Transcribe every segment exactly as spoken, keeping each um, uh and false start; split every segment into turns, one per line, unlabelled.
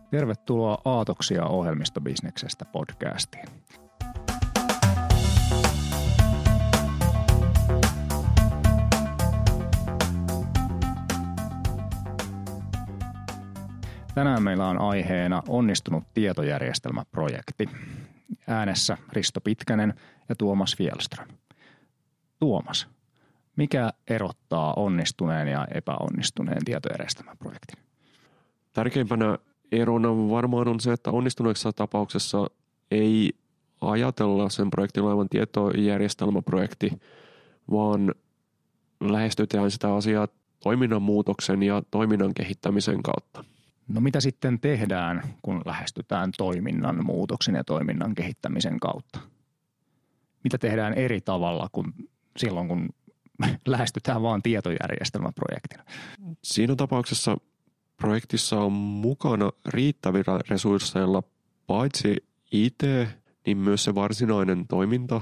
Tervetuloa Aatoksia ohjelmistobisneksestä podcastiin. Tänään meillä on aiheena onnistunut tietojärjestelmäprojekti. Äänessä Risto Pitkänen ja Tuomas Fjällström. Tuomas, mikä erottaa onnistuneen ja epäonnistuneen tietojärjestelmäprojektin?
Tärkeimpänä erona varmaan on se, että onnistuneessa tapauksessa ei ajatella sen projektin olevan tietojärjestelmäprojekti, vaan lähestytään sitä asiaa toiminnan muutoksen ja toiminnan kehittämisen kautta.
No mitä sitten tehdään, kun lähestytään toiminnan muutoksen ja toiminnan kehittämisen kautta? Mitä tehdään eri tavalla kuin silloin, kun lähestytään vaan tietojärjestelmäprojektina?
Siinä tapauksessa projektissa on mukana riittävillä resursseilla paitsi I T, niin myös se varsinainen toiminta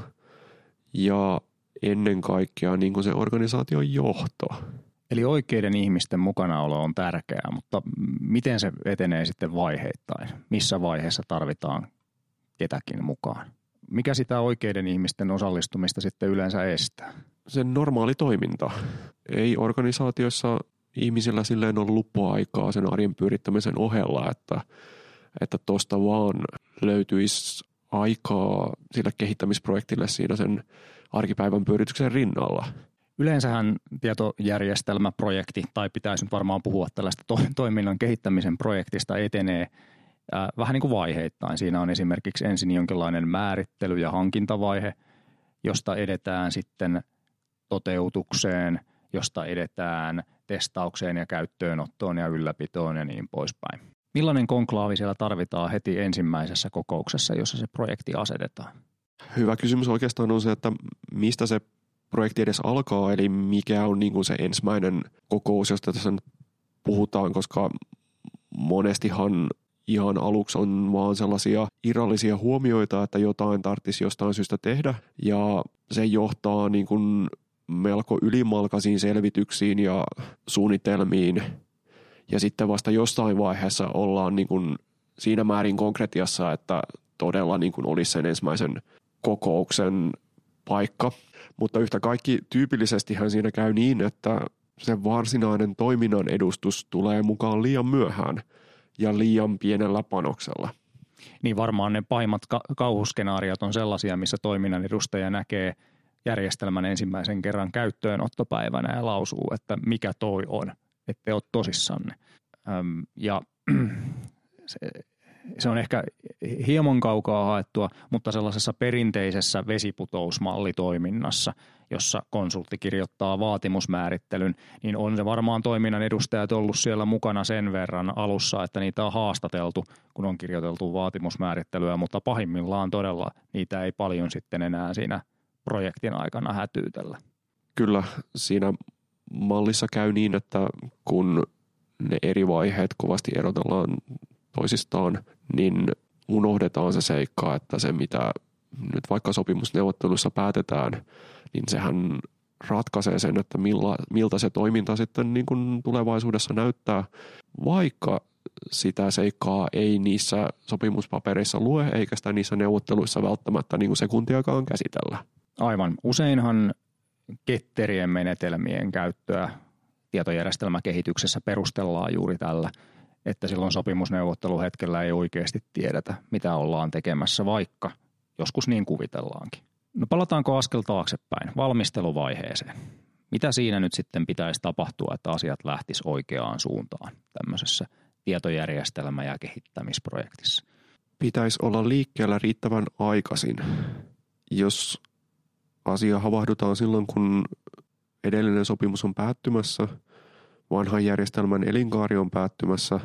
ja ennen kaikkea niin kuin se organisaation johto.
Eli oikeiden ihmisten mukanaolo on tärkeää, mutta miten se etenee sitten vaiheittain? Missä vaiheessa tarvitaan ketäkin mukaan? Mikä sitä oikeiden ihmisten osallistumista sitten yleensä estää?
Se normaali toiminta. Ei organisaatioissa ihmisillä silleen ole luppuaikaa sen arjen pyörittämisen ohella, että että tuosta vaan löytyisi aikaa sille kehittämisprojektille siinä sen arkipäivän pyörityksen rinnalla.
Yleensähän tietojärjestelmäprojekti, tai pitäisi nyt varmaan puhua tällaista to- toiminnan kehittämisen projektista, etenee äh, vähän niin kuin vaiheittain. Siinä on esimerkiksi ensin jonkinlainen määrittely- ja hankintavaihe, josta edetään sitten toteutukseen, josta edetään testaukseen ja käyttöönottoon ja ylläpitoon ja niin poispäin. Millainen konklaavi siellä tarvitaan heti ensimmäisessä kokouksessa, jossa se projekti asetetaan?
Hyvä kysymys oikeastaan on se, että mistä se projekti edes alkaa, eli mikä on niin kuin se ensimmäinen kokous, josta tässä puhutaan, koska monestihan ihan aluksi on vaan sellaisia irrallisia huomioita, että jotain tarvitsisi jostain syystä tehdä, ja se johtaa niin kuin melko ylimalkaisiin selvityksiin ja suunnitelmiin, ja sitten vasta jossain vaiheessa ollaan niin kuin siinä määrin konkretiassa, että todella niin kuin olisi sen ensimmäisen kokouksen paikka. Mutta yhtä kaikki tyypillisestihän siinä käy niin, että se varsinainen toiminnan edustus tulee mukaan liian myöhään ja liian pienellä panoksella.
Niin varmaan ne pahimmat ka- kauhuskenaariot on sellaisia, missä toiminnan edustaja näkee järjestelmän ensimmäisen kerran käyttöönottopäivänä ja lausuu, että mikä toi on, ette ole tosissanne. Öm, ja se, se on ehkä hieman kaukaa haettua, mutta sellaisessa perinteisessä vesiputousmallitoiminnassa, jossa konsultti kirjoittaa vaatimusmäärittelyn, niin on se varmaan toiminnan edustajat ollut siellä mukana sen verran alussa, että niitä on haastateltu, kun on kirjoiteltu vaatimusmäärittelyä, mutta pahimmillaan todella niitä ei paljon sitten enää siinä projektin aikana hätyytellä.
Kyllä, siinä mallissa käy niin, että kun ne eri vaiheet kovasti erotellaan toisistaan, niin unohdetaan se seikka, että se mitä nyt vaikka sopimusneuvottelussa päätetään, niin sehän ratkaisee sen, että milla, miltä se toiminta sitten niin kuin tulevaisuudessa näyttää, vaikka sitä seikkaa ei niissä sopimuspapereissa lue, eikä sitä niissä neuvotteluissa välttämättä niin kuin sekuntiakaan käsitellä.
Aivan. Useinhan ketterien menetelmien käyttöä tietojärjestelmäkehityksessä perustellaan juuri tällä, että silloin sopimusneuvotteluhetkellä ei oikeasti tiedetä, mitä ollaan tekemässä, vaikka joskus niin kuvitellaankin. No palataanko askel taaksepäin valmisteluvaiheeseen? Mitä siinä nyt sitten pitäisi tapahtua, että asiat lähtis oikeaan suuntaan tämmöisessä tietojärjestelmä- ja kehittämisprojektissa?
Pitäisi olla liikkeellä riittävän aikaisin. Jos asia havahdutaan silloin, kun edellinen sopimus on päättymässä, vanhan järjestelmän elinkaari on päättymässä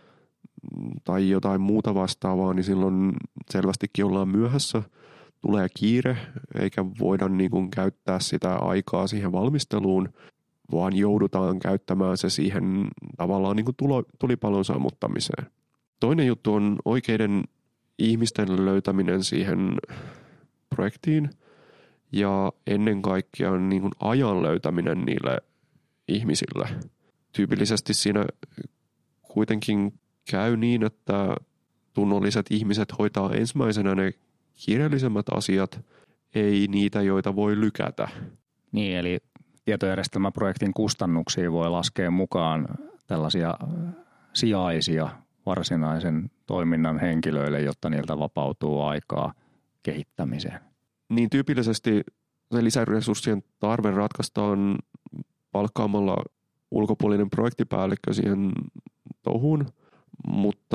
tai jotain muuta vastaavaa, niin silloin selvästikin ollaan myöhässä. Tulee kiire, eikä voida niin kuin käyttää sitä aikaa siihen valmisteluun, vaan joudutaan käyttämään se siihen tavallaan niin kuin tulo, tulipalon sammuttamiseen. Toinen juttu on oikeiden ihmisten löytäminen siihen projektiin ja ennen kaikkea niin kuin ajan löytäminen niille ihmisille. Tyypillisesti siinä kuitenkin käy niin, että tunnolliset ihmiset hoitaa ensimmäisenä ne kiireellisemmät asiat, ei niitä, joita voi lykätä.
Niin, eli tietojärjestelmäprojektin kustannuksiin voi laskea mukaan tällaisia sijaisia varsinaisen toiminnan henkilöille, jotta niiltä vapautuu aikaa kehittämiseen.
Niin tyypillisesti se lisäresurssien tarve ratkaistaan palkkaamalla ulkopuolinen projektipäällikkö siihen touhuun, mutta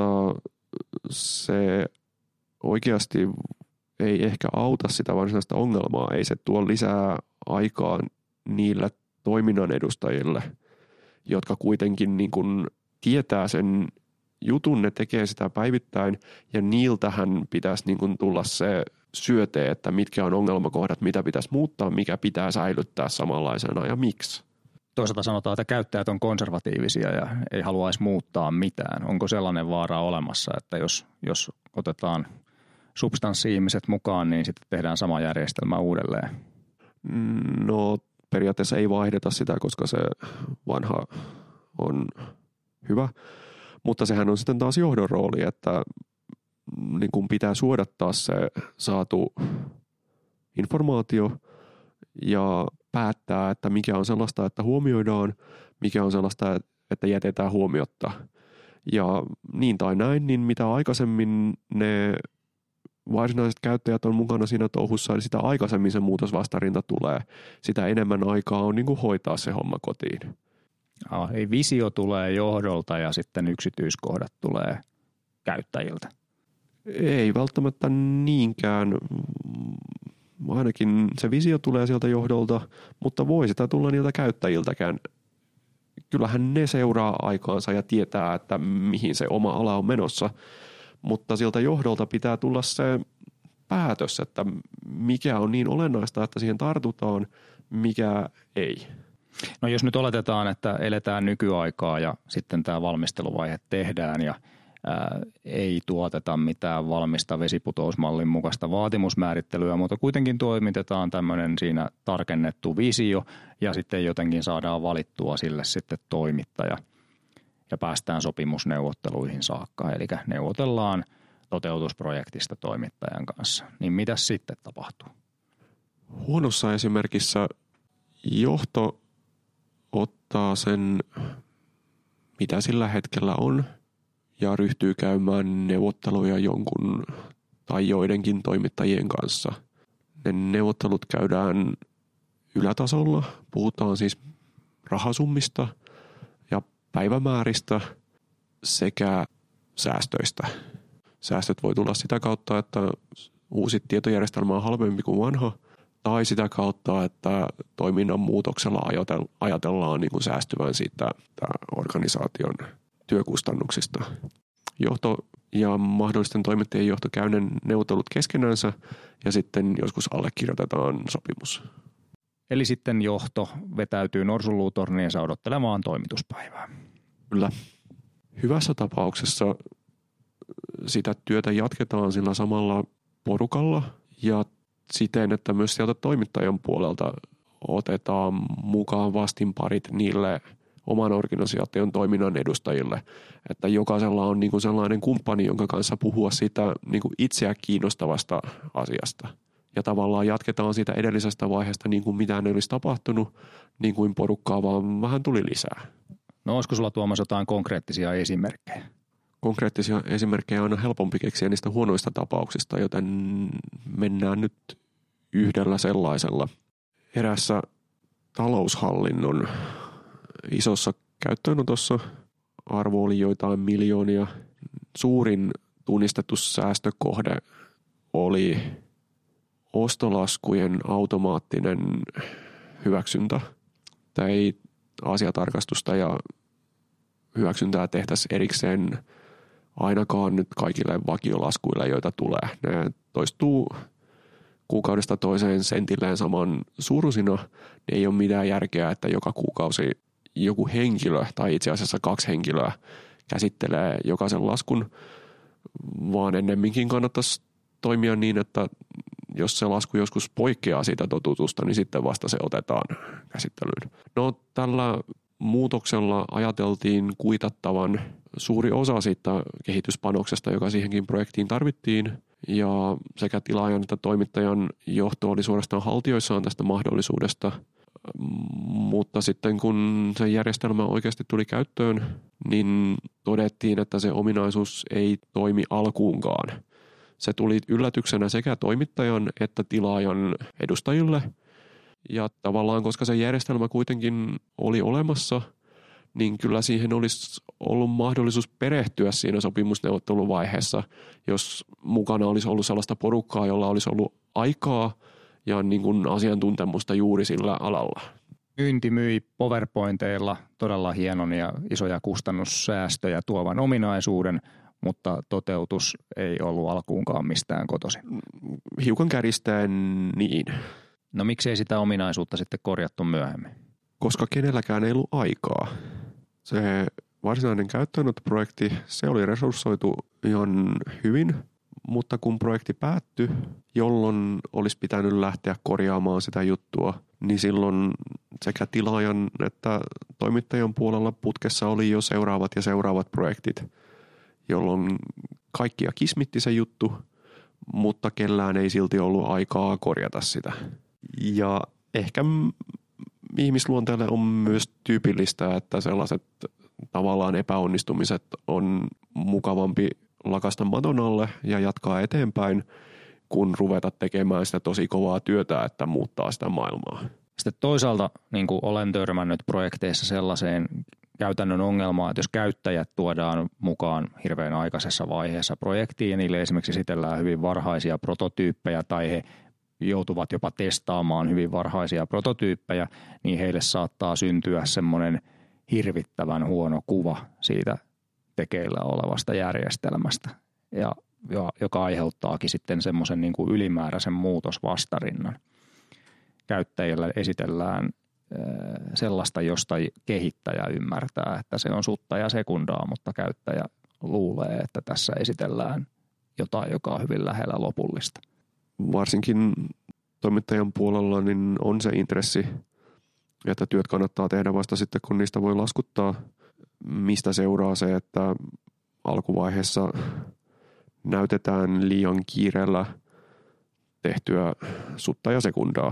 se oikeasti ei ehkä auta sitä varsinaista ongelmaa. Ei se tuo lisää aikaa niille toiminnan edustajille, jotka kuitenkin niin kuin tietää sen jutun, ne tekee sitä päivittäin ja niiltähän pitäisi niin kuin tulla se syöte, että mitkä on ongelmakohdat, mitä pitäisi muuttaa, mikä pitää säilyttää samanlaisena ja miksi.
Toisaalta sanotaan, että käyttäjät on konservatiivisia ja ei haluaisi muuttaa mitään. Onko sellainen vaara olemassa, että jos, jos otetaan substanssi-ihmiset mukaan, niin sitten tehdään sama järjestelmä uudelleen?
No periaatteessa ei vaihdeta sitä, koska se vanha on hyvä, mutta sehän on sitten taas johdon rooli, että niin kuin pitää suodattaa se saatu informaatio ja päättää, että mikä on sellaista, että huomioidaan, mikä on sellaista, että jätetään huomiotta. Ja niin tai näin, niin mitä aikaisemmin ne varsinaiset käyttäjät on mukana siinä touhussa, niin sitä aikaisemmin se muutosvastarinta tulee. Sitä enemmän aikaa on niin kuin hoitaa se homma kotiin.
Ah, ei, visio tulee johdolta ja sitten yksityiskohdat tulee käyttäjiltä.
Ei välttämättä niinkään. Ainakin se visio tulee sieltä johdolta, mutta voi sitä tulla niiltä käyttäjiltäkään. Kyllähän ne seuraa aikaansa ja tietää, että mihin se oma ala on menossa, mutta siltä johdolta pitää tulla se päätös, että mikä on niin olennaista, että siihen tartutaan, mikä ei.
No jos nyt oletetaan, että eletään nykyaikaa ja sitten tämä valmisteluvaihe tehdään ja ää, ei tuoteta mitään valmista vesiputousmallin mukaista vaatimusmäärittelyä, mutta kuitenkin toimitetaan tämmöinen siinä tarkennettu visio ja sitten jotenkin saadaan valittua sille sitten toimittaja ja päästään sopimusneuvotteluihin saakka. Eli neuvotellaan toteutusprojektista toimittajan kanssa. Niin mitä sitten tapahtuu?
Huonossa esimerkissä johto ottaa sen, mitä sillä hetkellä on, ja ryhtyy käymään neuvotteluja jonkun tai joidenkin toimittajien kanssa. Ne neuvottelut käydään ylätasolla, puhutaan siis rahasummista ja päivämääristä sekä säästöistä. Säästöt voi tulla sitä kautta, että uusi tietojärjestelmä on halvempi kuin vanha, tai sitä kautta, että toiminnan muutoksella ajatellaan niin kuin säästyvän siitä organisaation työkustannuksista. Johto ja mahdollisten toimittajien johto käy ne neuvottelut keskenänsä ja sitten joskus allekirjoitetaan sopimus.
Eli sitten johto vetäytyy norsunluutorniinsa odottelemaan toimituspäivää.
Kyllä. Hyvässä tapauksessa sitä työtä jatketaan sillä samalla porukalla ja siten, että myös sieltä toimittajan puolelta otetaan mukaan vastinparit niille oman organisaation toiminnan edustajille. Että jokaisella on niin kuin sellainen kumppani, jonka kanssa puhua siitä niin kuin itseä kiinnostavasta asiasta. Ja tavallaan jatketaan siitä edellisestä vaiheesta niin kuin mitään ei olisi tapahtunut, niin kuin porukkaa vaan vähän tuli lisää.
No olisiko sulla Tuomas jotain konkreettisia esimerkkejä?
Konkreettisia esimerkkejä on aina helpompi keksiä niistä huonoista tapauksista, joten mennään nyt yhdellä sellaisella. Erässä taloushallinnon isossa käyttöönotossa arvo oli joitain miljoonia. Suurin tunnistettu säästökohde oli ostolaskujen automaattinen hyväksyntä. Tämä ei asiatarkastusta ja hyväksyntää tehtäisiin erikseen ainakaan nyt kaikille vakiolaskuille, joita tulee. Ne toistuu kuukaudesta toiseen sentilleen saman suuruisina. Ne ei ole mitään järkeä, että joka kuukausi joku henkilö tai itse asiassa kaksi henkilöä käsittelee jokaisen laskun, vaan ennemminkin kannattaisi toimia niin, että jos se lasku joskus poikkeaa siitä totutusta, niin sitten vasta se otetaan käsittelyyn. No tällä muutoksella ajateltiin kuitattavan suuri osa siitä kehityspanoksesta, joka siihenkin projektiin tarvittiin. Ja sekä tilaajan että toimittajan johto oli suorastaan haltioissaan tästä mahdollisuudesta. Mutta sitten kun se järjestelmä oikeasti tuli käyttöön, niin todettiin, että se ominaisuus ei toimi alkuunkaan. Se tuli yllätyksenä sekä toimittajan että tilaajan edustajille. Ja tavallaan, koska se järjestelmä kuitenkin oli olemassa, niin kyllä siihen olisi ollut mahdollisuus perehtyä siinä sopimusneuvotteluvaiheessa, jos mukana olisi ollut sellaista porukkaa, jolla olisi ollut aikaa ja niin kuin asiantuntemusta juuri sillä alalla.
Myynti myi PowerPointeilla todella hienon ja isoja kustannussäästöjä tuovan ominaisuuden, mutta toteutus ei ollut alkuunkaan mistään kotoisin.
Hiukan kärjistäen niin.
No miksei sitä ominaisuutta sitten korjattu myöhemmin?
Koska kenelläkään ei ollut aikaa. Se varsinainen käyttöönottoprojekti, se oli resurssoitu ihan hyvin, mutta kun projekti päättyi, jolloin olisi pitänyt lähteä korjaamaan sitä juttua, niin silloin sekä tilaajan että toimittajan puolella putkessa oli jo seuraavat ja seuraavat projektit, jolloin kaikkia kismitti se juttu, mutta kellään ei silti ollut aikaa korjata sitä. Ja ehkä ihmisluonteelle on myös tyypillistä, että sellaiset tavallaan epäonnistumiset on mukavampi lakasta maton alle ja jatkaa eteenpäin, kun ruveta tekemään sitä tosi kovaa työtä, että muuttaa sitä maailmaa.
Sitten toisaalta niin kuin olen törmännyt projekteissa sellaiseen käytännön ongelmaan, että jos käyttäjät tuodaan mukaan hirveän aikaisessa vaiheessa projektiin ja niille esimerkiksi esitellään hyvin varhaisia prototyyppejä tai he joutuvat jopa testaamaan hyvin varhaisia prototyyppejä, niin heille saattaa syntyä semmoinen hirvittävän huono kuva siitä tekeillä olevasta järjestelmästä, ja, joka aiheuttaakin sitten semmoisen niin kuin ylimääräisen muutosvastarinnan. Käyttäjillä esitellään sellaista, josta kehittäjä ymmärtää, että se on sutta ja sekundaa, mutta käyttäjä luulee, että tässä esitellään jotain, joka on hyvin lähellä lopullista.
Varsinkin toimittajan puolella niin on se intressi, että työt kannattaa tehdä vasta sitten, kun niistä voi laskuttaa, mistä seuraa se, että alkuvaiheessa näytetään liian kiireellä tehtyä sutta ja sekundaa,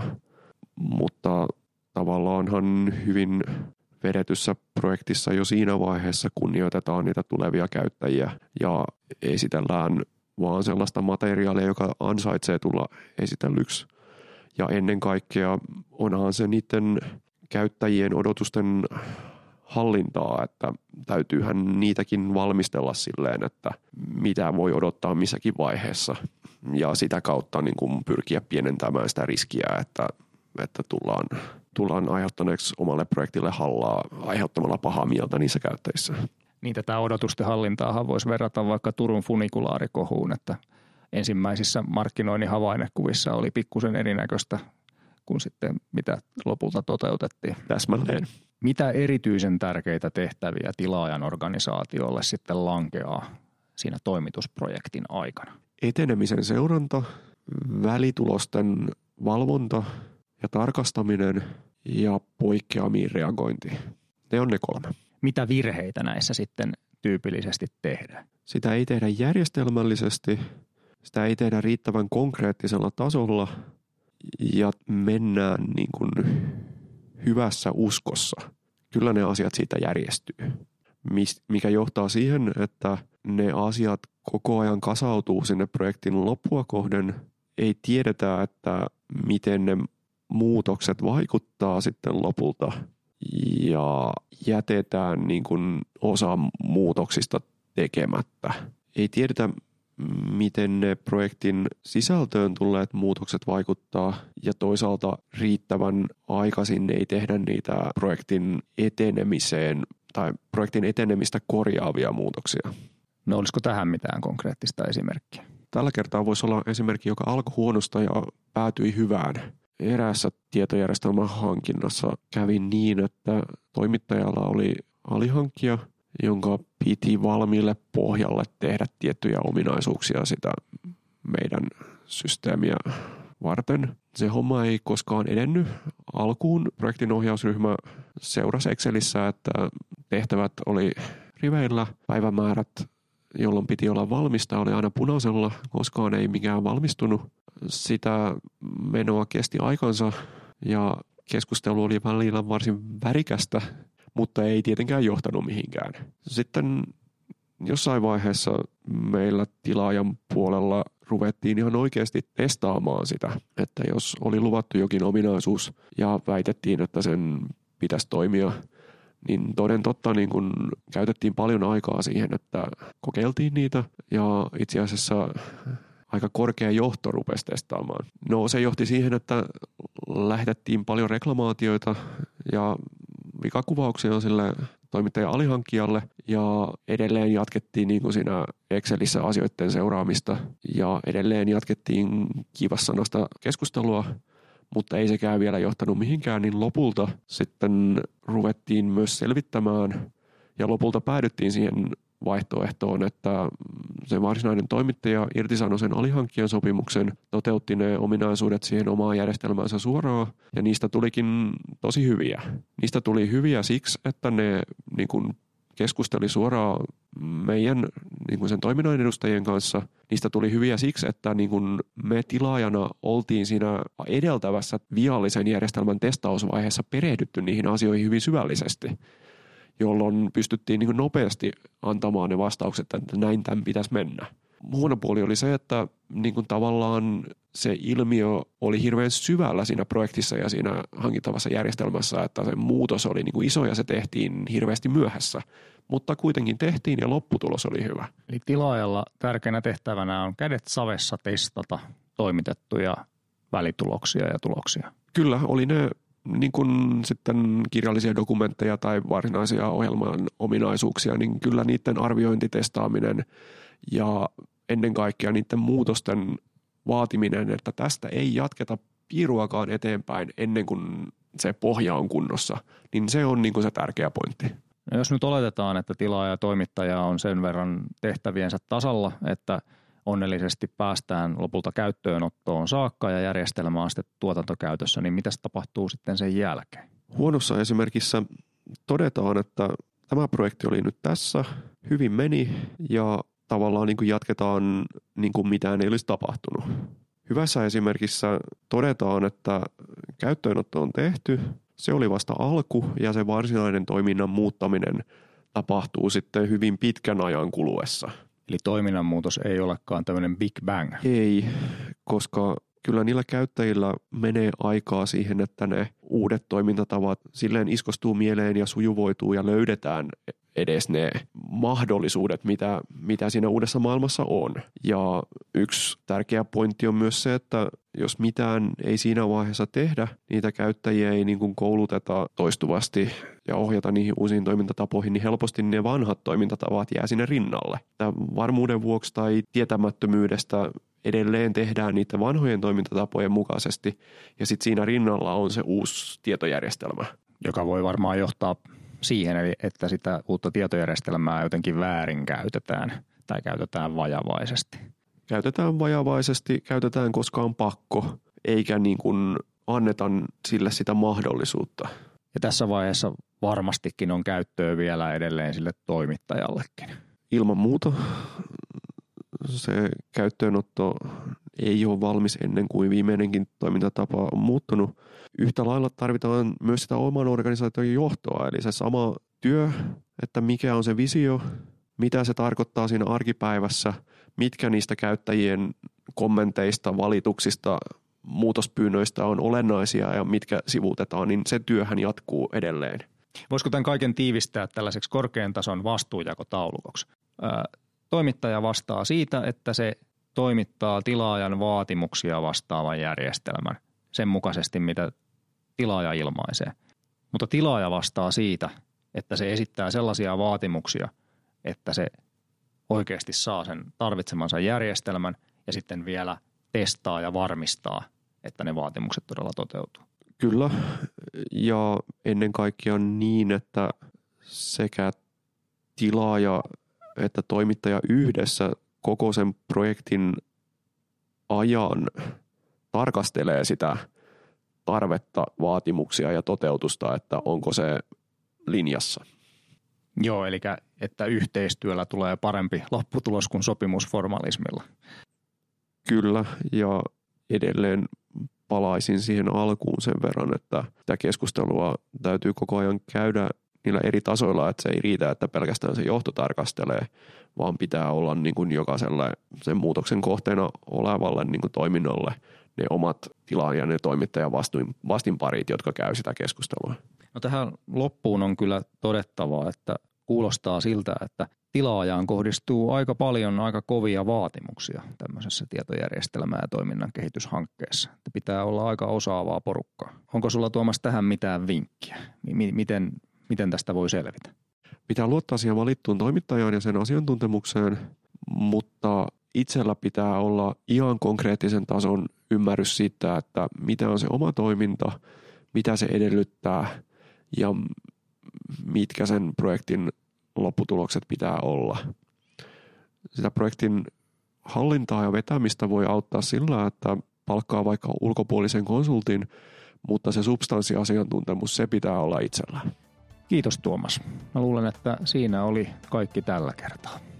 mutta tavallaanhan hyvin vedetyssä projektissa jo siinä vaiheessa kunnioitetaan niitä tulevia käyttäjiä ja esitellään vaan sellaista materiaalia, joka ansaitsee tulla esitellyksi. Ja ennen kaikkea onhan se niiden käyttäjien odotusten hallintaa, että täytyyhän niitäkin valmistella silleen, että mitä voi odottaa missäkin vaiheessa. Ja sitä kautta niin kuin pyrkiä pienentämään sitä riskiä, että, että tullaan, tullaan aiheuttaneeksi omalle projektille hallaa aiheuttamalla pahaa mieltä niissä käyttäjissä.
Niin tätä odotusten hallintaahan voisi verrata vaikka Turun funikulaarikohuun, että ensimmäisissä markkinoinnin havainnekuvissa oli pikkusen erinäköistä kuin sitten mitä lopulta toteutettiin.
Täsmälleen.
Mitä erityisen tärkeitä tehtäviä tilaajan organisaatiolle sitten lankeaa siinä toimitusprojektin aikana?
Etenemisen seuranta, välitulosten valvonta ja tarkastaminen ja poikkeamiin reagointi. Ne on ne kolme.
Mitä virheitä näissä sitten tyypillisesti tehdään?
Sitä ei tehdä järjestelmällisesti, sitä ei tehdä riittävän konkreettisella tasolla ja mennään niin kuin hyvässä uskossa. Kyllä ne asiat siitä järjestyy, mikä johtaa siihen, että ne asiat koko ajan kasautuu sinne projektin loppua kohden. Ei tiedetä, että miten ne muutokset vaikuttaa sitten lopulta ja jätetään niin kuin osa muutoksista tekemättä. Ei tiedetä, miten ne projektin sisältöön tulleet muutokset vaikuttaa ja toisaalta riittävän aikaisin ei tehdä niitä projektin etenemiseen tai projektin etenemistä korjaavia muutoksia.
No olisiko tähän mitään konkreettista esimerkkiä?
Tällä kertaa voisi olla esimerkki, joka alkoi huonosta ja päätyi hyvään. Eräässä tietojärjestelmän hankinnassa kävi niin, että toimittajalla oli alihankkija, jonka piti valmiille pohjalle tehdä tiettyjä ominaisuuksia sitä meidän systeemiä varten. Se homma ei koskaan edennyt. Alkuun projektin ohjausryhmä seurasi Excelissä, että tehtävät oli riveillä. Päivämäärät, jolloin piti olla valmista, oli aina punaisella, koskaan ei mikään valmistunut. Sitä menoa kesti aikansa ja keskustelu oli välillä varsin värikästä, mutta ei tietenkään johtanut mihinkään. Sitten jossain vaiheessa meillä tilaajan puolella ruvettiin ihan oikeasti testaamaan sitä, että jos oli luvattu jokin ominaisuus ja väitettiin, että sen pitäisi toimia, niin toden totta niin kun käytettiin paljon aikaa siihen, että kokeiltiin niitä ja itse asiassa aika korkea johto rupesi testaamaan. No se johti siihen, että lähetettiin paljon reklamaatioita ja vikakuvauksia sille toimittajan alihankkijalle ja edelleen jatkettiin niin kuin siinä Excelissä asioiden seuraamista ja edelleen jatkettiin kivassanasta keskustelua, mutta ei sekään vielä johtanut mihinkään, niin lopulta sitten ruvettiin myös selvittämään ja lopulta päädyttiin siihen vaihtoehtoon, että se varsinainen toimittaja irtisanoi sen alihankkijan sopimuksen, toteutti ne ominaisuudet siihen omaan järjestelmäänsä suoraan ja niistä tulikin tosi hyviä. Niistä tuli hyviä siksi, että ne niin kuin keskusteli suoraan meidän niin kuin sen toiminnan edustajien kanssa. Niistä tuli hyviä siksi, että niin kuin me tilaajana oltiin siinä edeltävässä viallisen järjestelmän testausvaiheessa perehdytty niihin asioihin hyvin syvällisesti, jolloin pystyttiin niin kuin nopeasti antamaan ne vastaukset, että näin tämän pitäisi mennä. Huono puoli oli se, että niin kuin tavallaan se ilmiö oli hirveän syvällä siinä projektissa ja siinä hankittavassa järjestelmässä, että se muutos oli niin kuin iso ja se tehtiin hirveästi myöhässä. Mutta kuitenkin tehtiin ja lopputulos oli hyvä.
Eli tilaajalla tärkeänä tehtävänä on kädet savessa testata toimitettuja välituloksia ja tuloksia.
Kyllä, oli ne niin kuin sitten kirjallisia dokumentteja tai varsinaisia ohjelman ominaisuuksia, niin kyllä niiden arviointi, testaaminen ja ennen kaikkea niiden muutosten vaatiminen, että tästä ei jatketa piiruakaan eteenpäin ennen kuin se pohja on kunnossa, niin se on niin kuin se tärkeä pointti.
No jos nyt oletetaan, että tilaaja ja toimittaja on sen verran tehtäviensä tasalla, että onnellisesti päästään lopulta käyttöönottoon saakka ja järjestelmä on sitten tuotantokäytössä, niin mitä tapahtuu sitten sen jälkeen?
Huonossa esimerkissä todetaan, että tämä projekti oli nyt tässä, hyvin meni ja tavallaan niin kuin jatketaan niin kuin mitään ei olisi tapahtunut. Hyvässä esimerkissä todetaan, että käyttöönotto on tehty, se oli vasta alku ja se varsinainen toiminnan muuttaminen tapahtuu sitten hyvin pitkän ajan kuluessa.
Eli toiminnan muutos ei olekaan tämmöinen big bang.
Ei, koska kyllä niillä käyttäjillä menee aikaa siihen, että ne uudet toimintatavat silleen iskostuu mieleen ja sujuvoituu ja löydetään edes ne mahdollisuudet, mitä, mitä siinä uudessa maailmassa on. Ja yksi tärkeä pointti on myös se, että jos mitään ei siinä vaiheessa tehdä, niitä käyttäjiä ei niin kuin kouluteta toistuvasti ja ohjata niihin uusiin toimintatapoihin, niin helposti ne vanhat toimintatavat jää sinne rinnalle. Tämä varmuuden vuoksi tai tietämättömyydestä edelleen tehdään niitä vanhojen toimintatapojen mukaisesti ja sitten siinä rinnalla on se uusi tietojärjestelmä.
Joka voi varmaan johtaa siihen, että sitä uutta tietojärjestelmää jotenkin väärin käytetään tai käytetään vajavaisesti.
Käytetään vajavaisesti, käytetään koska on pakko, eikä niin kuin anneta sille sitä mahdollisuutta.
Ja tässä vaiheessa varmastikin on käyttöä vielä edelleen sille toimittajallekin.
Ilman muuta se käyttöönotto ei ole valmis ennen kuin viimeinenkin toimintatapa on muuttunut. Yhtä lailla tarvitaan myös sitä oman organisaation johtoa, eli se sama työ, että mikä on se visio, mitä se tarkoittaa siinä arkipäivässä, mitkä niistä käyttäjien kommenteista, valituksista, muutospyynnöistä on olennaisia ja mitkä sivuutetaan, niin se työhän jatkuu edelleen.
Voisiko tämän kaiken tiivistää tällaiseksi korkean tason vastuujakotaulukoksi? Toimittaja vastaa siitä, että se toimittaa tilaajan vaatimuksia vastaavan järjestelmän sen mukaisesti, mitä tilaaja ilmaisee. Mutta tilaaja vastaa siitä, että se esittää sellaisia vaatimuksia, että se oikeasti saa sen tarvitsemansa järjestelmän ja sitten vielä testaa ja varmistaa, että ne vaatimukset todella toteutuu.
Kyllä, ja ennen kaikkea niin, että sekä tilaaja että toimittaja yhdessä koko sen projektin ajan tarkastelee sitä tarvetta, vaatimuksia ja toteutusta, että onko se linjassa.
Joo, eli että yhteistyöllä tulee parempi lopputulos kuin sopimusformalismilla.
Kyllä, ja edelleen palaisin siihen alkuun sen verran, että tämä keskustelua täytyy koko ajan käydä niillä eri tasoilla, että se ei riitä, että pelkästään se johto tarkastelee, vaan pitää olla niin kuin jokaiselle sen muutoksen kohteena olevalle niin kuin toiminnolle ne omat tilaajan ja toimittajan vastuin, vastinparit, jotka käy sitä keskustelua.
No tähän loppuun on kyllä todettavaa, että kuulostaa siltä, että tilaajaan kohdistuu aika paljon aika kovia vaatimuksia tämmöisessä tietojärjestelmä- ja toiminnan kehityshankkeessa. Että pitää olla aika osaavaa porukkaa. Onko sulla Tuomas tähän mitään vinkkiä? Miten, miten tästä voi selvitä?
Pitää luottaa siihen valittuun toimittajaan ja sen asiantuntemukseen, mutta itsellä pitää olla ihan konkreettisen tason ymmärrys siitä, että mitä on se oma toiminta, mitä se edellyttää ja mitkä sen projektin lopputulokset pitää olla. Sitä projektin hallintaa ja vetämistä voi auttaa sillä, että palkkaa vaikka ulkopuolisen konsultin, mutta se substanssiasiantuntemus, se pitää olla itsellään.
Kiitos Tuomas. Mä luulen, että siinä oli kaikki tällä kertaa.